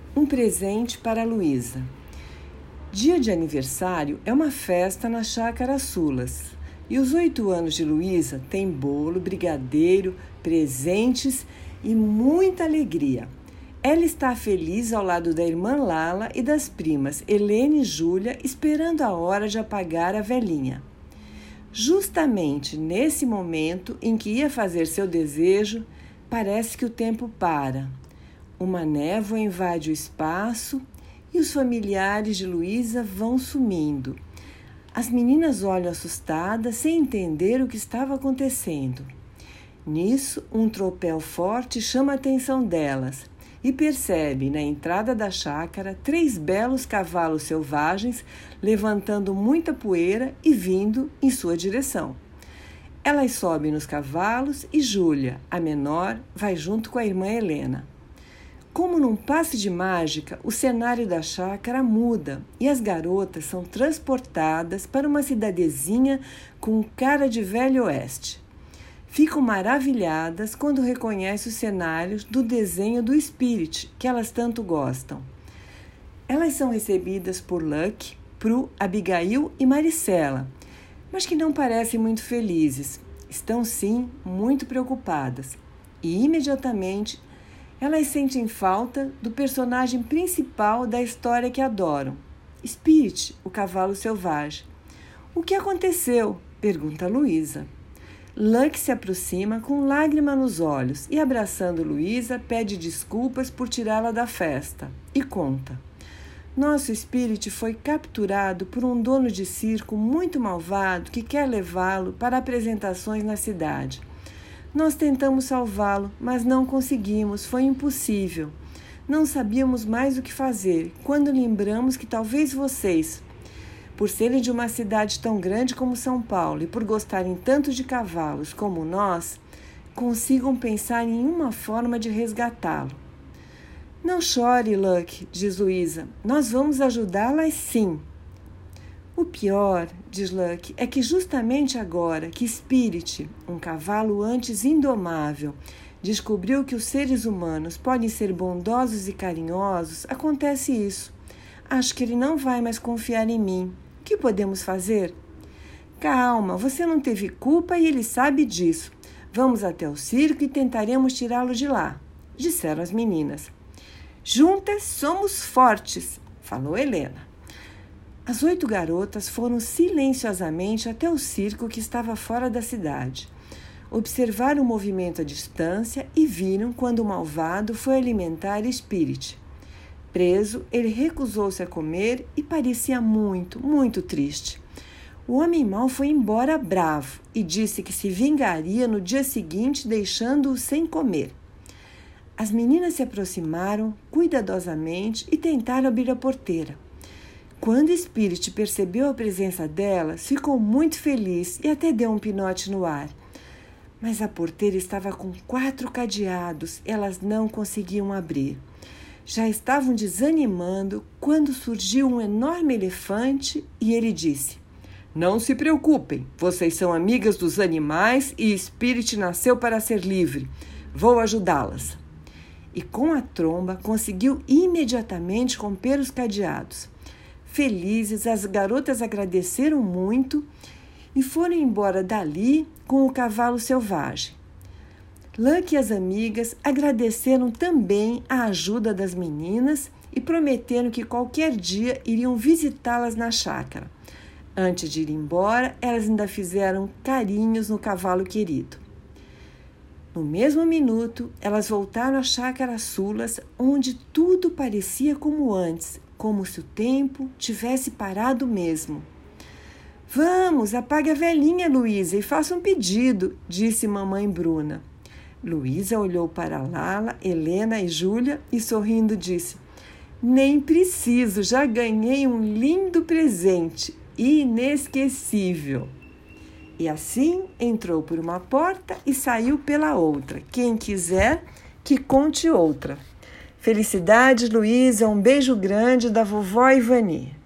Um presente para Luísa. Dia de aniversário é uma festa na Chácara Sulas. E os 8 anos de Luísa têm bolo, brigadeiro, presentes e muita alegria. Ela está feliz ao lado da irmã Lala e das primas Helene e Júlia, esperando a hora de apagar a velhinha. Justamente nesse momento em que ia fazer seu desejo, parece que o tempo para. Uma névoa invade o espaço e os familiares de Luísa vão sumindo. As meninas olham assustadas, sem entender o que estava acontecendo. Nisso, um tropel forte chama a atenção delas e percebe, na entrada da chácara, 3 belos cavalos selvagens levantando muita poeira e vindo em sua direção. Elas sobem nos cavalos e Júlia, a menor, vai junto com a irmã Helena. Como num passe de mágica, o cenário da chácara muda e as garotas são transportadas para uma cidadezinha com cara de velho oeste. Ficam maravilhadas quando reconhecem os cenários do desenho do Spirit, que elas tanto gostam. Elas são recebidas por Luck, Pru, Abigail e Maricela, mas que não parecem muito felizes. Estão, sim, muito preocupadas. E, imediatamente, elas sentem falta do personagem principal da história que adoram, Spirit, o cavalo selvagem. O que aconteceu? Pergunta Luísa. Luck se aproxima com lágrima nos olhos e, abraçando Luísa, pede desculpas por tirá-la da festa e conta. Nosso Spirit foi capturado por um dono de circo muito malvado que quer levá-lo para apresentações na cidade. Nós tentamos salvá-lo, mas não conseguimos, foi impossível. Não sabíamos mais o que fazer, quando lembramos que talvez vocês, por serem de uma cidade tão grande como São Paulo e por gostarem tanto de cavalos como nós, consigam pensar em uma forma de resgatá-lo. Não chore, Luck, diz Luísa, nós vamos ajudá-las sim. O pior, diz Luck, é que justamente agora que Spirit, um cavalo antes indomável, descobriu que os seres humanos podem ser bondosos e carinhosos, acontece isso. Acho que ele não vai mais confiar em mim. O que podemos fazer? Calma, você não teve culpa e ele sabe disso. Vamos até o circo e tentaremos tirá-lo de lá, disseram as meninas. Juntas somos fortes, falou Helena. As 8 garotas foram silenciosamente até o circo que estava fora da cidade. Observaram o movimento à distância e viram quando o malvado foi alimentar Spirit. Preso, ele recusou-se a comer e parecia muito, muito triste. O homem mau foi embora bravo e disse que se vingaria no dia seguinte, deixando-o sem comer. As meninas se aproximaram cuidadosamente e tentaram abrir a porteira. Quando Spirit percebeu a presença delas, ficou muito feliz e até deu um pinote no ar. Mas a porteira estava com 4 cadeados, elas não conseguiam abrir. Já estavam desanimando quando surgiu um enorme elefante e ele disse: Não se preocupem, vocês são amigas dos animais e Spirit nasceu para ser livre. Vou ajudá-las. E com a tromba conseguiu imediatamente romper os cadeados. Felizes, as garotas agradeceram muito e foram embora dali com o cavalo selvagem. Luck e as amigas agradeceram também a ajuda das meninas e prometeram que qualquer dia iriam visitá-las na chácara. Antes de ir embora, elas ainda fizeram carinhos no cavalo querido. No mesmo minuto, elas voltaram à Chácara Sulas, onde tudo parecia como antes, como se o tempo tivesse parado mesmo. Vamos, apague a velhinha, Luísa, e faça um pedido, disse mamãe Bruna. Luísa olhou para Lala, Helena e Júlia e, sorrindo, disse: Nem preciso, já ganhei um lindo presente, inesquecível. E assim entrou por uma porta e saiu pela outra. Quem quiser, que conte outra. Felicidades, Luísa, um beijo grande da vovó Ivani.